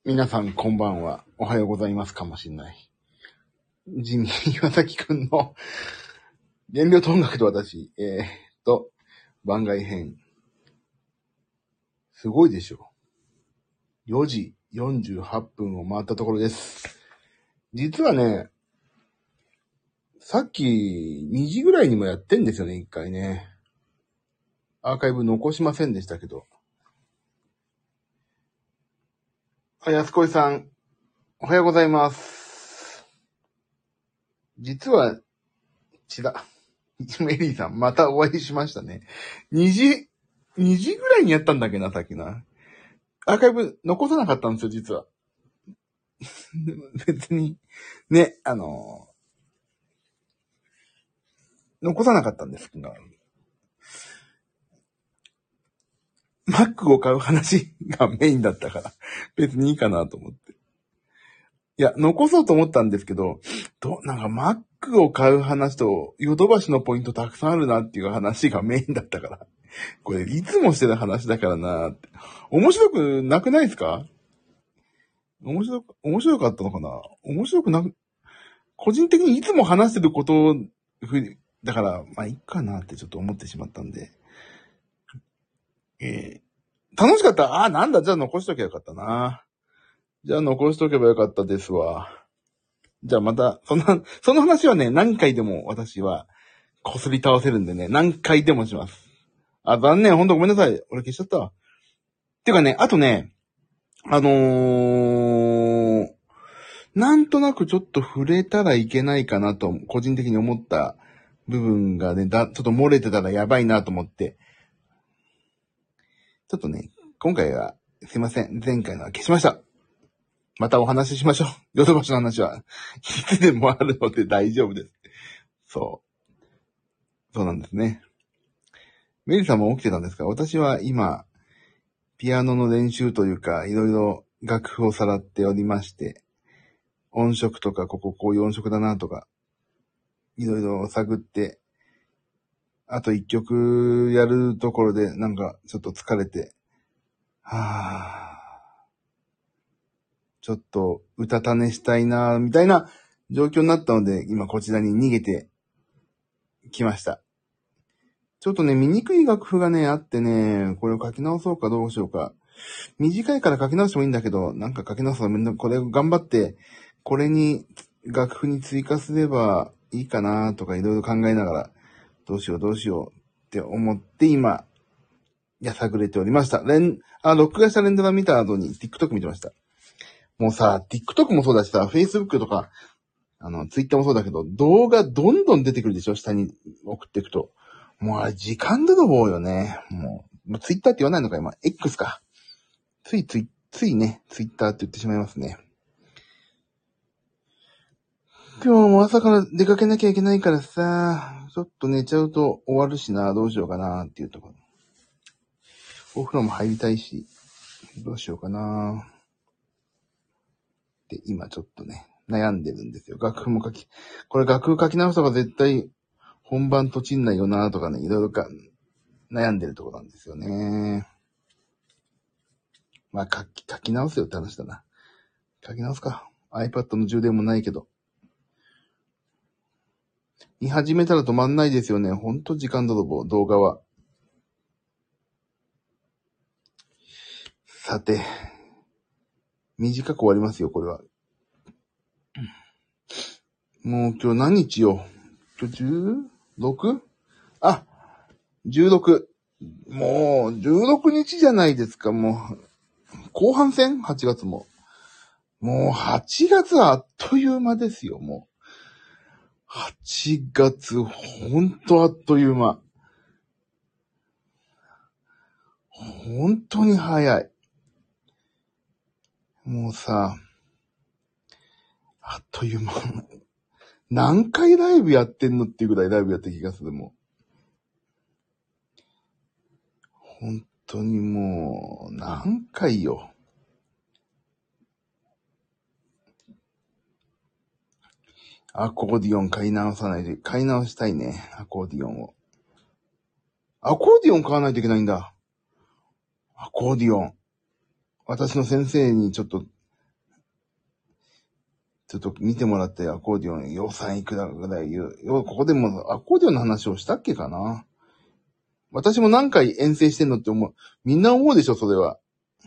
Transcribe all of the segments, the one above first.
皆さんこんばんは。おはようございますかもしんない。ジミー岩崎くんの原料と音楽と私、番外編。すごいでしょ。4時48分を回ったところです。実はね、さっき2時ぐらいにもやってんですよね、一回ね。アーカイブ残しませんでしたけど。安子さん、おはようございます。実は、メリーさん、またお会いしましたね。2時ぐらいにやったんだっけな、さっきな。アーカイブ残さなかったんですよ、実は。別に、ね、残さなかったんですが。Mac を買う話がメインだったから、別にいいかなと思って。いや、残そうと思ったんですけど、なんか Mac を買う話と、ヨドバシのポイントたくさんあるなっていう話がメインだったから。これ、いつもしてた話だからなって。面白くなくないですか？面白かったのかな？面白くなく、個人的にいつも話してることだから、まあいいかなってちょっと思ってしまったんで。楽しかった。なんだ、じゃあ残しとけばよかったな。じゃあ残しとけばよかったですわ。じゃあまた、その話はね、何回でも私は、こすり倒せるんでね、何回でもします。残念、ほんとごめんなさい。俺消しちゃったわ。てかね、あとね、なんとなくちょっと触れたらいけないかなと、個人的に思った部分がね、ちょっと漏れてたらやばいなと思って、ちょっとね、今回は、すいません、前回のは消しました。またお話ししましょう。ヨドバシの話は、いつでもあるので大丈夫です。そうなんですね。メリーさんも起きてたんですか？私は今、ピアノの練習というか、いろいろ楽譜をさらっておりまして、音色とか、こういう音色だなとか、いろいろ探って、あと一曲やるところで、なんかちょっと疲れて、ちょっと歌種したいな、みたいな状況になったので、今こちらに逃げてきました。ちょっとね、見にくい楽譜がね、あってね、これを書き直そうかどうしようか。短いから書き直してもいいんだけど、なんか書き直すのこれを頑張って、これに楽譜に追加すればいいかなとかいろいろ考えながら、どうしようって思って今、探れておりました。録画した連ドラ見た後に TikTok 見てました。もうさ、TikTok もそうだしさ、Facebook とか、Twitter もそうだけど、動画どんどん出てくるでしょ？下に送っていくと。もうあれ時間泥棒よね。もう Twitter って言わないのか今。X か。ついね、Twitter って言ってしまいますね。今日も朝から出かけなきゃいけないからさ、ちょっと寝ちゃうと終わるしな、どうしようかなっていうところ。お風呂も入りたいし、どうしようかなって今ちょっとね、悩んでるんですよ。これ楽譜書き直した方が絶対本番とちんないよなとかね、いろいろ悩んでるところなんですよね。まあ書き直すよって話だな。書き直すか。iPad の充電もないけど。見始めたら止まんないですよね。ほんと時間泥棒、動画は。さて、短く終わりますよ、これは。もう今日何日よ？今日 16？ 16。もう16日じゃないですか、もう。後半戦 ?8 月も。もう8月はあっという間ですよ、もう。8月、ほんとあっという間。本当に早い。もうさ、あっという間。何回ライブやってんのっていうぐらいライブやった気がするもん。本当にもう、何回よ。アコーディオン買い直したいね、アコーディオンを。アコーディオン買わないといけないんだ。アコーディオン。私の先生にちょっとちょっと見てもらってアコーディオン予算いくらぐらい言う。ここでもアコーディオンの話をしたっけかな。私も何回遠征してんのって思う。みんな思うでしょ、それは。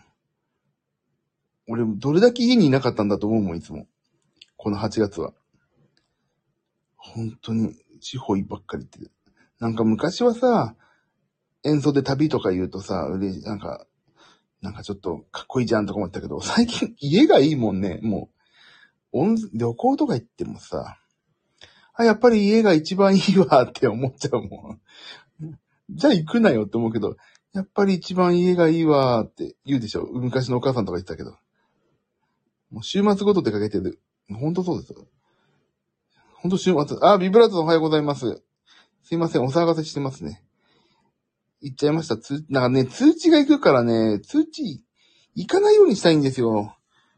俺、どれだけ家にいなかったんだと思うもん、いつも。この8月は。本当に、地方ばっかり行ってる。なんか昔はさ、演奏で旅とか言うとさ、なんかちょっとかっこいいじゃんとか思ったけど、最近家がいいもんね、もう。旅行とか行ってもさ、やっぱり家が一番いいわって思っちゃうもん。じゃあ行くなよって思うけど、やっぱり一番家がいいわって言うでしょ。昔のお母さんとか言ってたけど。もう週末ごと出かけてる。ほんとそうですよ。ほんと週末。ビブラートさんおはようございます。すいません、お騒がせしてますね。行っちゃいました。なんかね、通知が行くからね、通知行かないようにしたいんですよ。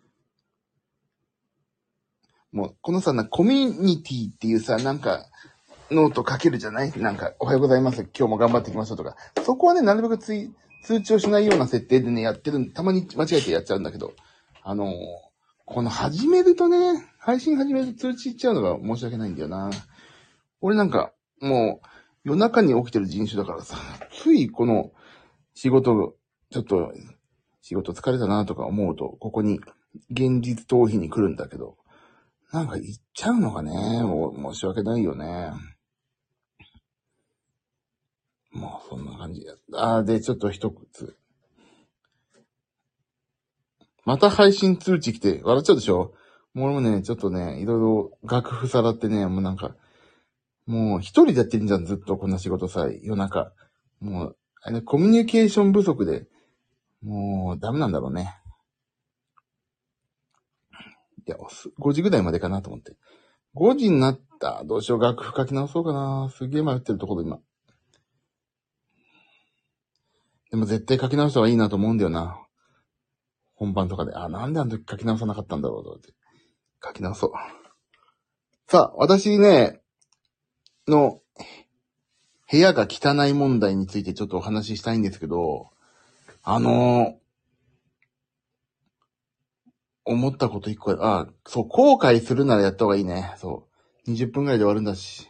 もう、このさ、コミュニティっていうさ、なんか、ノート書けるじゃない？なんか、おはようございます。今日も頑張っていきましょうとか。そこはね、なるべく通知をしないような設定でね、やってる。たまに間違えてやっちゃうんだけど、この始めるとね、配信始めると通知いっちゃうのが申し訳ないんだよな。俺なんか、もう、夜中に起きてる人種だからさ、ついこの仕事疲れたなとか思うと、ここに現実逃避に来るんだけど、なんか行っちゃうのがね、もう申し訳ないよね。もうそんな感じ。で、ちょっと一つ。また配信通知来て、笑っちゃうでしょ？もうね、ちょっとね、いろいろ楽譜さらってね、もうなんか、もう一人でやってんじゃん、ずっとこんな仕事さ、夜中。もう、コミュニケーション不足で、もうダメなんだろうね。いや、5時ぐらいまでかなと思って。5時になった。どうしよう、楽譜書き直そうかな。すげえ迷ってるところ今。でも絶対書き直した方がいいなと思うんだよな。本番とかで。なんであの時書き直さなかったんだろうと思って。書き直そう。さあ、私ね、の、部屋が汚い問題についてちょっとお話ししたいんですけど、思ったこと一個、そう、後悔するならやった方がいいね。そう。20分くらいで終わるんだし。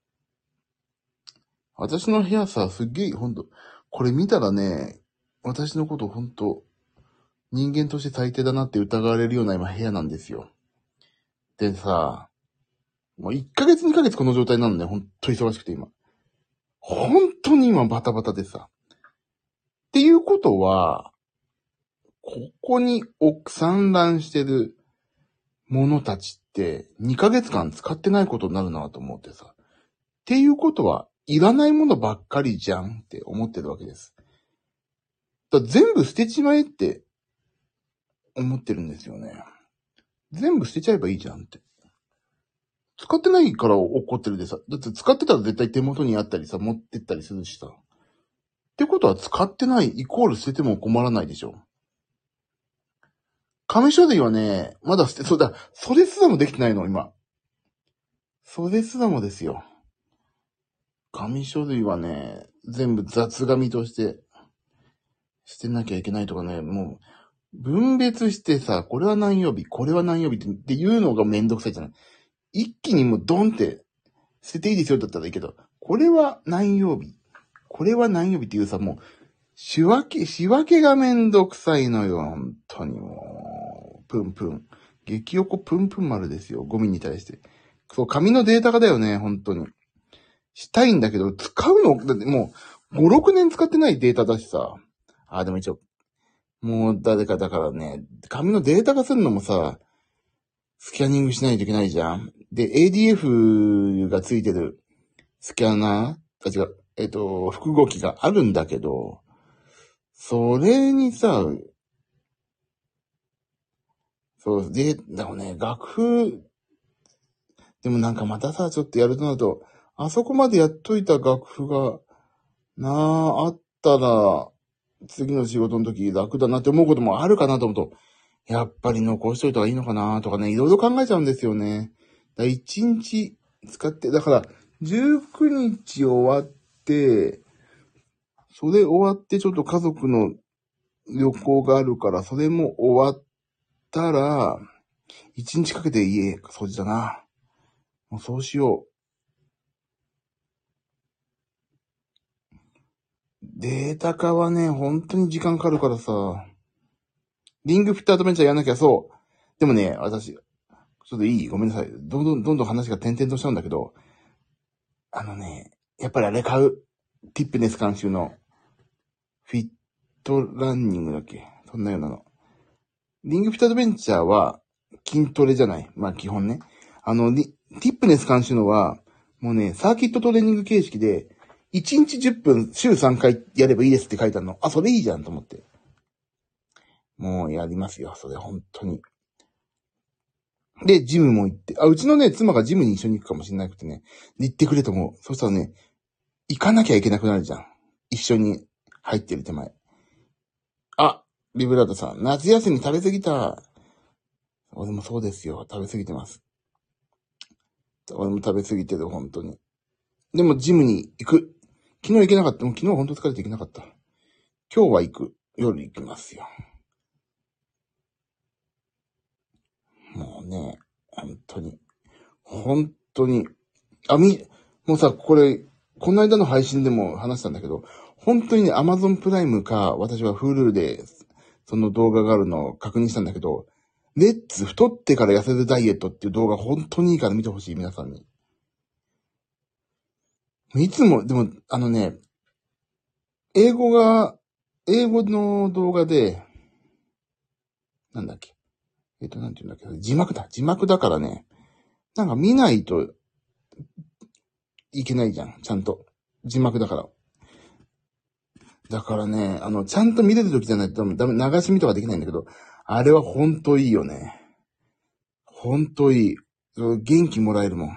私の部屋さ、すっげえ、ほんと、これ見たらね、私のことほんと、人間として最低だなって疑われるような今部屋なんですよ。でさ、もう1ヶ月2ヶ月この状態なのね、ほんと忙しくて今。本当に今バタバタでさ。っていうことは、ここに散乱してるものたちって2ヶ月間使ってないことになるなと思ってさ。っていうことは、いらないものばっかりじゃんって思ってるわけです。全部捨てちまえって思ってるんですよね。全部捨てちゃえばいいじゃんって。使ってないから怒ってるでさ。だって使ってたら絶対手元にあったりさ、持ってったりするしさ。ってことは使ってないイコール捨てても困らないでしょ。紙書類はね、まだ捨て、それすらもできてないの、今。それすらもですよ。紙書類はね、全部雑紙として捨てなきゃいけないとかね、もう、分別してさ、これは何曜日、これは何曜日っていうのがめんどくさいじゃない。一気にもうドンって捨てていいですよだったらいいけど、これは何曜日、これは何曜日っていうさ、もう、仕分けがめんどくさいのよ、本当にもう。プンプン。激横プンプン丸ですよ、ゴミに対して。そう、紙のデータ化だよね、本当に。したいんだけど、使うの、だってもう、5、6年使ってないデータだしさ。でも一応、もう誰かだからね、紙のデータ化するのもさ、スキャニングしないといけないじゃん。で、ADF がついてるスキャナー複合機があるんだけど、それにさ、そう、でもね、楽譜、でもなんかまたさ、ちょっとやるとなると、あそこまでやっといた楽譜が、あったら、次の仕事の時楽だなって思うこともあるかなと思うと、やっぱり残しといた方がいいのかなとかね、いろいろ考えちゃうんですよね。1日使って、だから、19日終わって、それ終わってちょっと家族の旅行があるから、それも終わったら、 1日かけて家掃除だな。もうそうしよう。データ化はね、本当に時間かかるからさ。リングフィットアドベンチャーやんなきゃそう。でもね、私、ちょっといい？ごめんなさい。どんどん話が点々としちゃうんだけど、やっぱりあれ買う。ティップネス監修のフィットランニングだっけ？そんなようなの。リングフィットアドベンチャーは筋トレじゃない。まあ基本ね。ティップネス監修のは、もうね、サーキットトレーニング形式で、1日10分週3回やればいいですって書いてあるの。あ、それいいじゃんと思って。もうやりますよ、それ本当に。で、ジムも行って。うちのね、妻がジムに一緒に行くかもしれなくてね。行ってくれと思う。そしたらね、行かなきゃいけなくなるじゃん。一緒に入ってる手前。ビブラートさん。夏休み食べ過ぎた。俺もそうですよ。食べ過ぎてます。俺も食べ過ぎてる、本当に。でもジムに行く。昨日行けなかった。もう昨日は本当疲れて行けなかった。今日は行く。夜行きますよ。もうね、本当に。本当に。もうさ、この間の配信でも話したんだけど、本当にね、Amazon プライムか、私は Hulu で、その動画があるのを確認したんだけど、レッツ太ってから痩せるダイエットっていう動画本当にいいから見てほしい、皆さんに。いつも、でも、英語の動画で、なんだっけ。なんて言うんだっけ。字幕だからね。なんか見ないといけないじゃん。ちゃんと。字幕だから。だからね、ちゃんと見れる時じゃないとダメ、流し見とかできないんだけど、あれはほんといいよね。ほんといい。元気もらえるもん。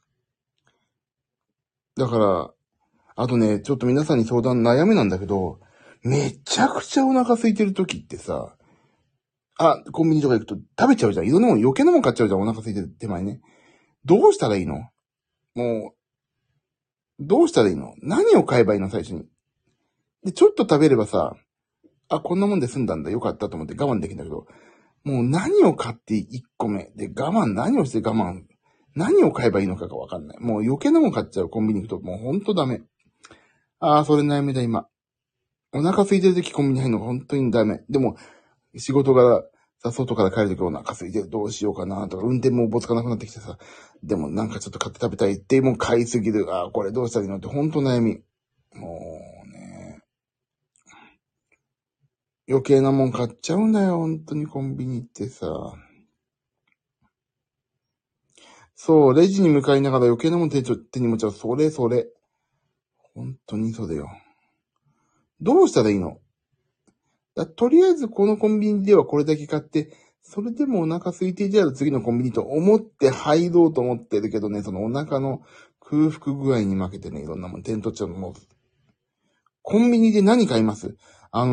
だから、あとね、ちょっと皆さんに相談悩みなんだけど、めちゃくちゃお腹空いてる時ってさ、コンビニとか行くと食べちゃうじゃん。いろんなもん、余計なもん買っちゃうじゃん。お腹空いてる手前ね。どうしたらいいの？もう、どうしたらいいの？何を買えばいいの？最初に。で、ちょっと食べればさ、こんなもんで済んだんだ。よかったと思って我慢できるんだけど、もう何を買って1個目。で、何をして我慢。何を買えばいいのかがわかんない。もう余計なもん買っちゃう。コンビニ行くと。もうほんとダメ。それ悩みだ、今。お腹空いてる時コンビニ入るのが本当にダメ。でも、仕事がさ、外から帰る時お腹空いてる。どうしようかなとか、運転もおぼつかなくなってきてさ。でもなんかちょっと買って食べたいって、もう買いすぎる。これどうしたらいいのって本当悩み。もうね。余計なもん買っちゃうんだよ。本当にコンビニ行ってさ。そう、レジに向かいながら余計なもん手に持っちゃう。それ。本当にそうだよ。どうしたらいいの？とりあえずこのコンビニではこれだけ買って、それでもお腹空いていたら次のコンビニと思って入ろうと思ってるけどね、そのお腹の空腹具合に負けてね、いろんなもん手に取っちゃうのも。コンビニで何買います？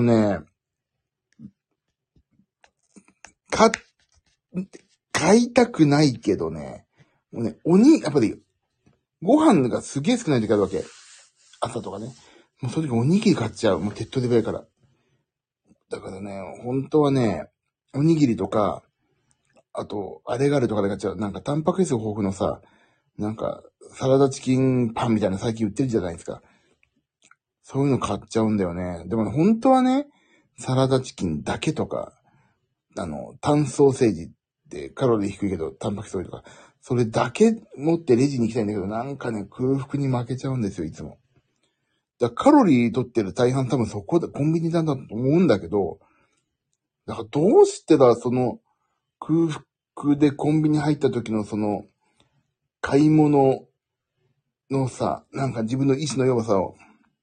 買いたくないけどね。もうね、やっぱり、ご飯がすげえ少ない時あるわけ。朝とかね。もうその時おにぎり買っちゃう。もう手っ取り早いから。だからね、本当はね、おにぎりとか、あと、あれがあるとかで買っちゃう。なんか、タンパク質豊富のさ、なんか、サラダチキンパンみたいな最近売ってるじゃないですか。そういうの買っちゃうんだよね。でもね、本当はね、サラダチキンだけとか、単ソーセージってカロリー低いけど、タンパク質多いとか、それだけ持ってレジに行きたいんだけど、なんかね、空腹に負けちゃうんですよ、いつも。カロリー取ってる大半多分そこでコンビニなんだと思うんだけど、だからどうしてだ、その空腹でコンビニ入った時のその買い物のさ、なんか自分の意志の弱さを、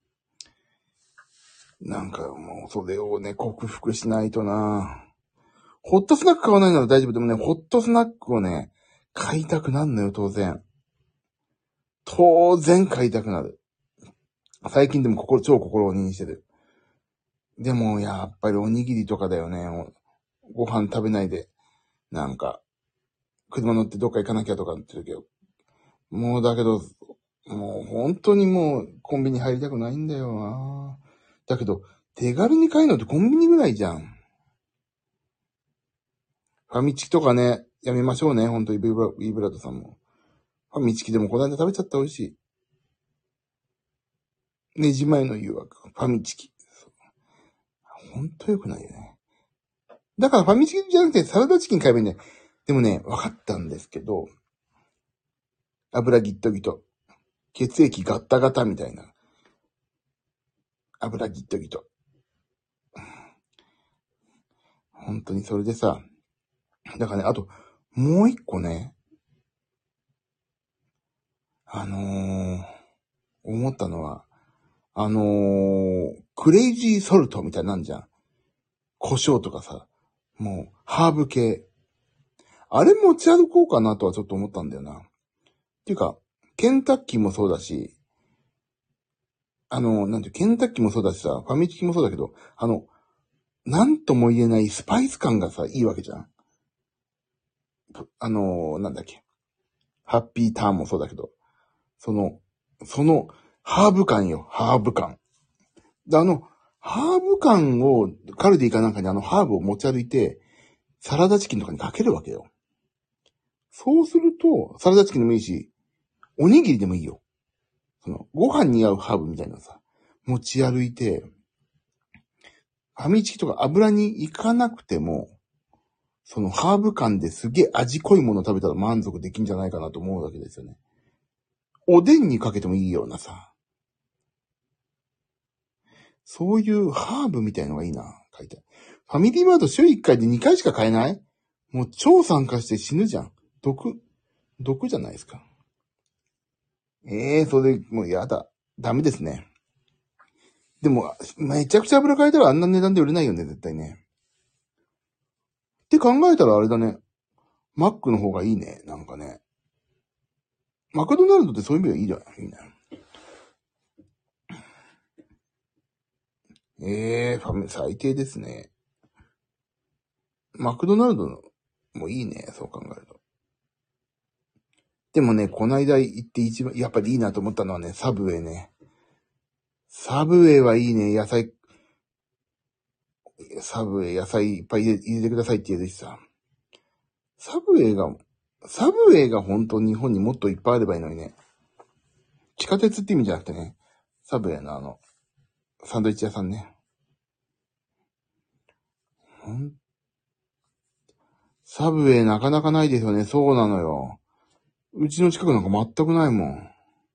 なんかもうそれをね、克服しないとな。ホットスナック買わないなら大丈夫。でもね、ホットスナックをね、買いたくなるのよ、当然。当然買いたくなる。最近でも超心を鬼にしてる。でも、やっぱりおにぎりとかだよね。ご飯食べないで、なんか、車乗ってどっか行かなきゃとかって言うけど。もうだけど、もう本当にもうコンビニ入りたくないんだよな。だけど、手軽に買えるのってコンビニぐらいじゃん。ファミチキとかね、 やめましょうね。ほんと、イブラドさんも。ファミチキでもこの間食べちゃった美味しい。ねじ前の誘惑。ファミチキ。ほんと良くないよね。だからファミチキじゃなくてサラダチキン買えばいいんだよ。でもね、分かったんですけど、油ギットギト。血液ガッタガタみたいな。油ギットギト。本当にそれでさ、だからね、あと、もう一個ね、思ったのは、クレイジーソルトみたいなんじゃん。胡椒とかさ、もう、ハーブ系。あれ持ち歩こうかなとはちょっと思ったんだよな。っていうか、ケンタッキーもそうだし、ケンタッキーもそうだしさ、ファミチキもそうだけど、なんとも言えないスパイス感がさ、いいわけじゃん。ハッピーターンもそうだけど、その、ハーブ感よ、ハーブ感。で、ハーブ感を、カルディかなんかにハーブを持ち歩いて、サラダチキンとかにかけるわけよ。そうすると、サラダチキンでもいいし、おにぎりでもいいよ。ご飯に合うハーブみたいなさ、持ち歩いて、ファミチキとか油に行かなくても、そのハーブ感ですげえ味濃いものを食べたら満足できんじゃないかなと思うわけですよね。おでんにかけてもいいようなさ、そういうハーブみたいのがいいな、書いて。ファミリーマート週1回で2回しか買えない？もう超酸化して死ぬじゃん。毒じゃないですか。それ、もうやだ。ダメですね。でも、めちゃくちゃ油変えたらあんな値段で売れないよね、絶対ね。って考えたらあれだね。マックの方がいいね、なんかね。マクドナルドってそういう意味ではいいじゃない？いいね。最低ですね。マクドナルドのもいいね、そう考えると。でもね、こないだ行って一番、やっぱりいいなと思ったのはね、サブウェイね。サブウェイはいいね、サブウェイ野菜いっぱい入れてくださいって言うしさ。サブウェイが本当日本にもっといっぱいあればいいのにね。地下鉄って意味じゃなくてね、サブウェイのサンドイッチ屋さんね。サブウェイなかなかないですよね。そうなのよ。うちの近くなんか全くないもん。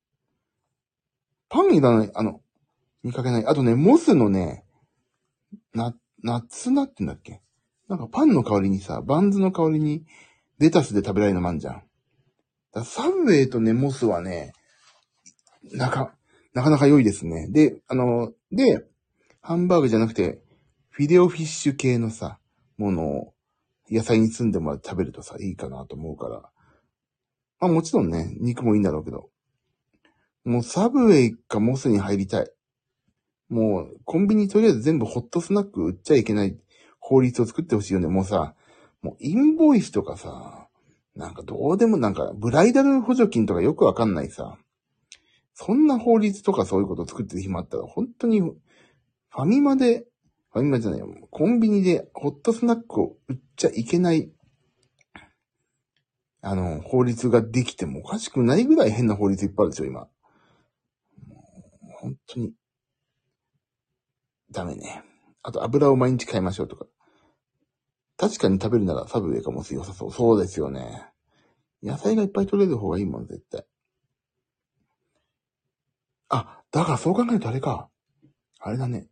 パンいらない、見かけない。あとね、モスのね、ナッツナってんだっけ？なんかパンの代わりにさ、バンズの代わりにレタスで食べられるのもあんじゃん。サブウェイとね、モスはね、なかなか良いですね。で、ハンバーグじゃなくて、フィレオフィッシュ系のさ、ものを野菜に包んでもらって食べるとさ、いいかなと思うから。まあもちろんね、肉もいいんだろうけど。もうサブウェイかモスに入りたい。もうコンビニとりあえず全部ホットスナック売っちゃいけない法律を作ってほしいよね。もうさ、もうインボイスとかさ、なんかどうでもなんかブライダル補助金とかよくわかんないさ。そんな法律とかそういうことを作ってる暇あったら本当にファミマじゃないよ。コンビニでホットスナックを売っちゃいけない法律ができてもおかしくないぐらい変な法律いっぱいあるでしょ、今。本当に。ダメね。あと油を毎日買いましょうとか。確かに食べるならサブウェイかも良さそう。そうですよね。野菜がいっぱい取れる方がいいもん、絶対。だからそう考えるとあれか。あれだね。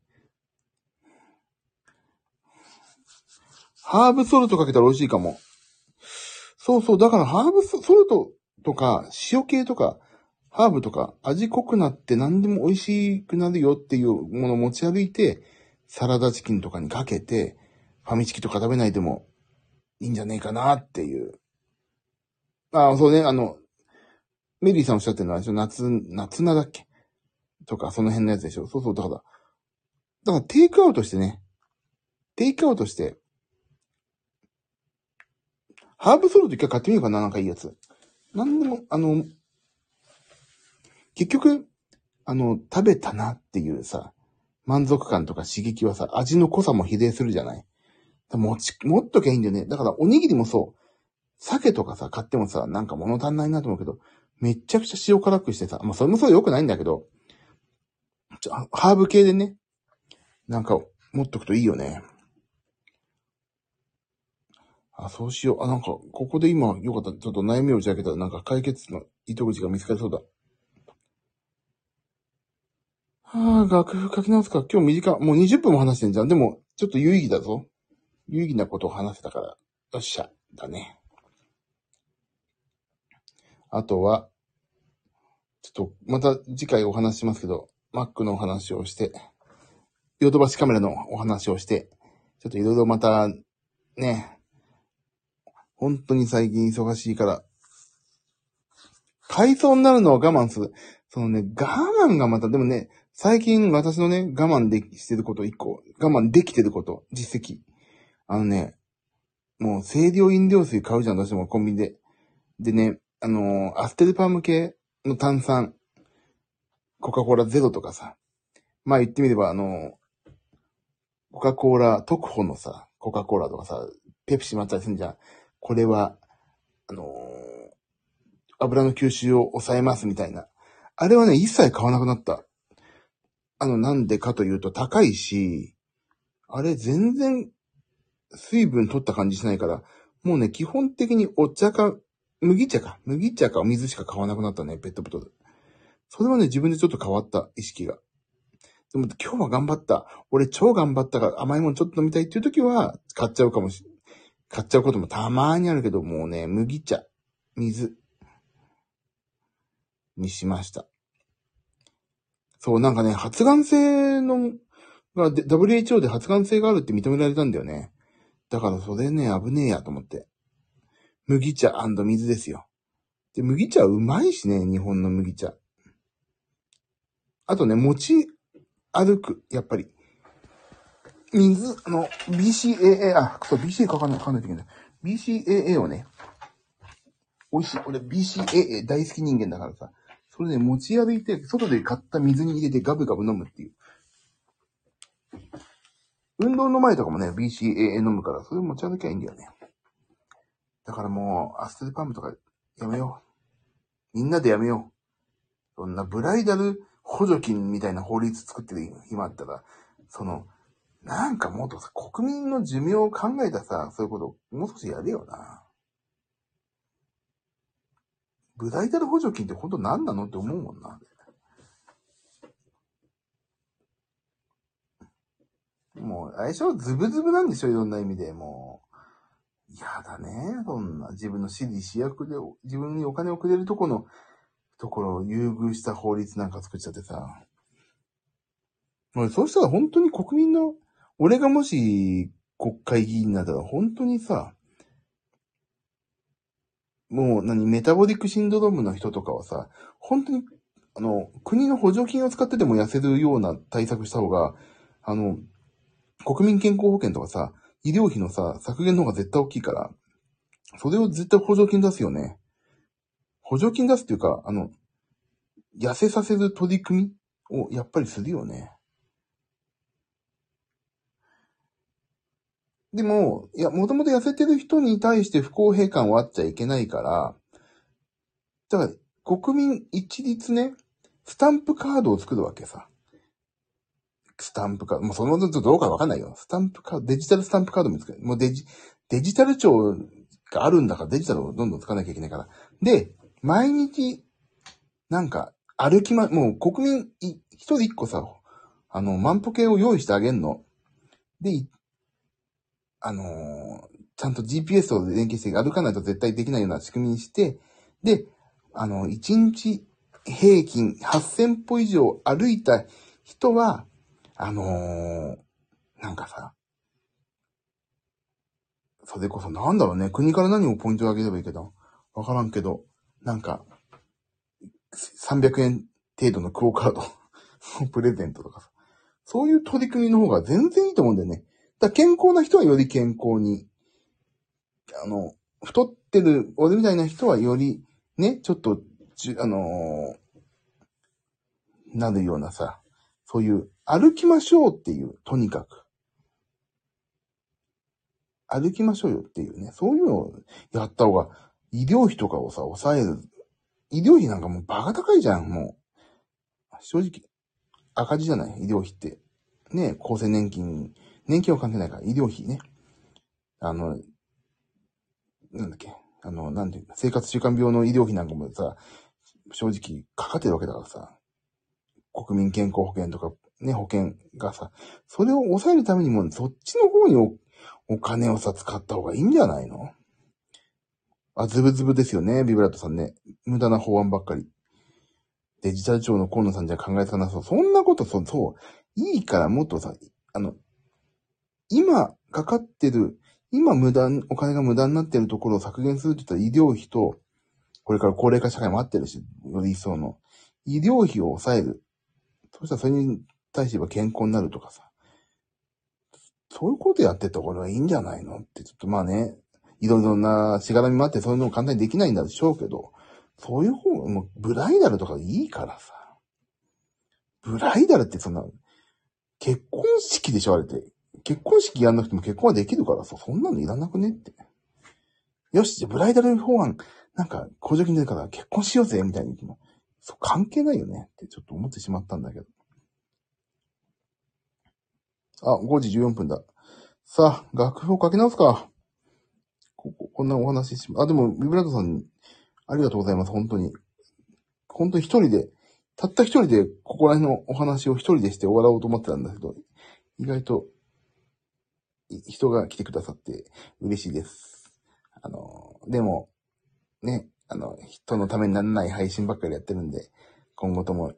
ハーブソルトかけたら美味しいかも。そうそう。だからハーブソルトとか、塩系とか、ハーブとか、味濃くなって何でも美味しくなるよっていうものを持ち歩いて、サラダチキンとかにかけて、ファミチキとか食べないでもいいんじゃねえかなっていう。そうね、メリーさんおっしゃってるのは、夏菜だっけとか、その辺のやつでしょ。そうそう、だからテイクアウトしてね。テイクアウトして、ハーブソルト一回買ってみようかな、なんかいいやつ。なんでも、結局、食べたなっていうさ、満足感とか刺激はさ、味の濃さも比例するじゃない。持っときゃいいんだよね。だからおにぎりもそう。 鮭とかさ、買ってもさ、なんか物足んないなと思うけど、めっちゃくちゃ塩辛くしてさ、まあそれもそう良くないんだけど、ハーブ系でね、なんか持っとくといいよね。あ、そうしよう。あ、なんか、ここで今、よかった。ちょっと悩みを打ち明けたら、なんか解決の糸口が見つかりそうだ。楽譜書き直すか。今日短い。もう20分も話してんじゃん。でも、ちょっと有意義だぞ。有意義なことを話せたから。よっしゃ。だね。あとは、ちょっと、また次回お話ししますけど、Mac のお話をして、ヨドバシカメラのお話をして、ちょっといろいろまた、ね、本当に最近忙しいから、買いそうになるのは我慢する。そのね、我慢がまた、でもね、最近私のね、我慢でしてること一個、我慢できてること、実績。もう清涼飲料水買うじゃん、どうしてもコンビニで。でね、アステルパーム系の炭酸、コカ・コーラゼロとかさ。まあ言ってみれば、コカ・コーラ特保のさ、コカ・コーラとかさ、ペプシもあったりするんじゃん。これは、あのー油の吸収を抑えますみたいな。あれはね、一切買わなくなった。なんでかというと高いし、あれ全然水分取った感じしないから、もうね、基本的にお茶か、麦茶かお水しか買わなくなったね、ペットボトル。それはね、自分でちょっと変わった、意識が。でも今日は頑張った。俺超頑張ったから甘いもんちょっと飲みたいっていう時は買っちゃう買っちゃうこともたまーにあるけど、もうね、麦茶、水にしました。そう、なんかね、発がん性の、WHO で発がん性があるって認められたんだよね。だからそれね、危ねえやと思って。麦茶&水ですよ。で、麦茶うまいしね、日本の麦茶。あとね、持ち歩く、やっぱり。水、BCAA、そう、BCAA 書かないといけない。BCAA をね、美味しい。俺 BCAA 大好き人間だからさ。それね、持ち歩いて、外で買った水に入れてガブガブ飲むっていう。運動の前とかもね、BCAA 飲むから、それ持ち歩きゃいいんだよね。だからもう、アステルパムとかやめよう。みんなでやめよう。そんなブライダル補助金みたいな法律作ってる暇あったら、なんかもっとさ、国民の寿命を考えたさ、そういうこと、もう少しやれよな。ブライダル補助金って本当何なのって思うもんな。もう、相性ズブズブなんでしょ、いろんな意味で。もう、やだね。そんな、自分の私利私欲で、自分にお金をくれるところを優遇した法律なんか作っちゃってさ。もうそうしたら本当に国民の、俺がもし国会議員になったら本当にさ、もうメタボリックシンドロームの人とかはさ、本当に、国の補助金を使ってでも痩せるような対策した方が、国民健康保険とかさ、医療費のさ、削減の方が絶対大きいから、それを絶対補助金出すよね。補助金出すっていうか、痩せさせる取り組みをやっぱりするよね。でも、いや、もともと痩せてる人に対して不公平感はあっちゃいけないから、だから、国民一律ね、スタンプカードを作るわけさ。スタンプカード。もうそのどうかわかんないよ。スタンプカード、デジタルスタンプカードも作る。もうデジタル庁があるんだからデジタルをどんどん使わなきゃいけないから。で、毎日、なんか、もう国民一人一個さ、万歩計を用意してあげんの。で、ちゃんと GPS と連携して歩かないと絶対できないような仕組みにして、で、1日平均8000歩以上歩いた人は、なんかさ、それこそなんだろうね、国から何をポイントをあげればいいけど、わからんけど、なんか、300円程度のクオカードプレゼントとかさ、そういう取り組みの方が全然いいと思うんだよね。だから健康な人はより健康に、太ってる俺みたいな人はより、ね、ちょっと、なるようなさ、そういう歩きましょうっていう、とにかく。 歩きましょうよっていうね、そういうのをやった方が、医療費とかをさ、抑える。医療費なんかもうバカ高いじゃん、もう。正直、赤字じゃない、医療費って。ね、厚生年金は関係ないから、医療費ね。なんだっけ、なんていうの、生活習慣病の医療費なんかもさ、正直かかってるわけだからさ、国民健康保険とか、ね、保険がさ、それを抑えるためにも、そっちの方にお金をさ、使った方がいいんじゃないの？ズブズブですよね、ビブラートさんね。無駄な法案ばっかり。デジタル庁の河野さんじゃ考えつかなそう。そんなこと、いいからもっとさ、今かかってる、お金が無駄になってるところを削減するって言ったら医療費と、これから高齢化社会もあってるし、より一層の。医療費を抑える。そしたらそれに対しては健康になるとかさ。そういうことやってった方がいいんじゃないのって、ちょっとまあね、いろいろなしがらみもあってそういうのも簡単にできないんだでしょうけど、そういう方が、もうブライダルとかいいからさ。ブライダルってそんな、結婚式でしょあれって。結婚式やんなくても結婚はできるからさ、そんなのいらなくねって。よし、じゃあブライダル法案、なんか、補助金出るから結婚しようぜ、みたいに言っても、関係ないよねってちょっと思ってしまったんだけど。5時14分だ。さあ、楽譜を書き直すか。こんなお話ししでも、ビブラートさん、ありがとうございます、本当に。本当に一人で、たった一人で、ここら辺のお話を一人でして終わろうと思ってたんだけど、意外と、人が来てくださって嬉しいです。でも、ね、人のためにならない配信ばっかりやってるんで、今後とも、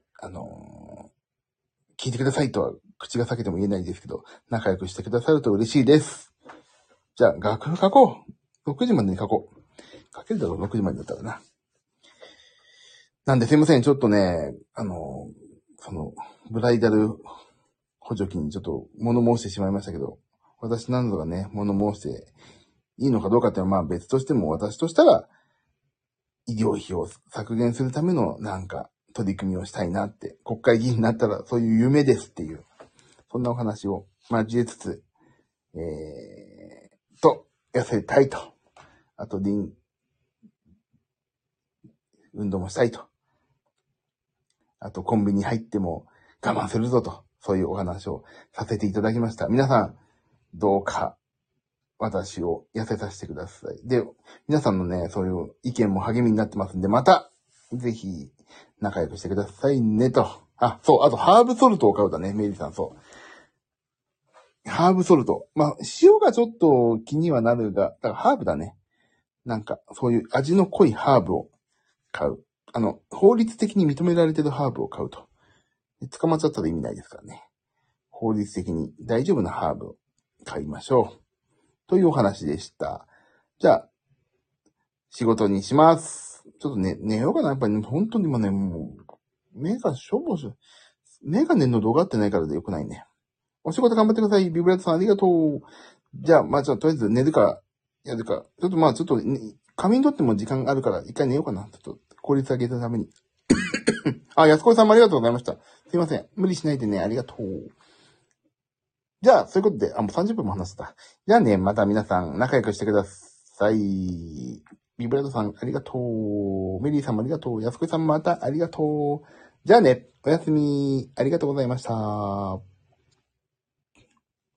聞いてくださいとは口が裂けても言えないですけど、仲良くしてくださると嬉しいです。じゃあ、楽譜書こう。6時までに書こう。書けるだろう、6時までだったらな。なんですいません、ちょっとね、ブライダル補助金ちょっと物申してしまいましたけど、私何度かね、物申していいのかどうかっていうのはまあ別としても、私としたら、医療費を削減するためのなんか取り組みをしたいなって、国会議員になったらそういう夢ですっていう、そんなお話を交えつつ、痩せたいと。あと、運動もしたいと。あと、コンビニ入っても我慢するぞと。そういうお話をさせていただきました。皆さん、どうか、私を痩せさせてください。で、皆さんのね、そういう意見も励みになってますんで、また、ぜひ、仲良くしてくださいねと。あと、ハーブソルトを買うだね、メイリーさん、そう。ハーブソルト。塩がちょっと気にはなるが、だからハーブだね。なんか、そういう味の濃いハーブを買う。法律的に認められてるハーブを買うと。捕まっちゃったら意味ないですからね。法律的に大丈夫なハーブを買いましょう。というお話でした。じゃあ、仕事にします。ちょっとね、寝ようかな。やっぱり、ね、本当に今ね、もう、目がの動画ってないからでよくないね。お仕事頑張ってください。ビブラートさんありがとう。じゃあ、とりあえず寝るか、やるか。ちょっと、ね、仮眠取っても時間あるから、一回寝ようかな。ちょっと、効率上げたために。安子さんもありがとうございました。すいません。無理しないでね。ありがとう。じゃあ、そういうことで、もう30分も話した。じゃあね、また皆さん仲良くしてください。ビブラートさんありがとう。メリーさんもありがとう。安子さんまたありがとう。じゃあね、おやすみ。ありがとうございました。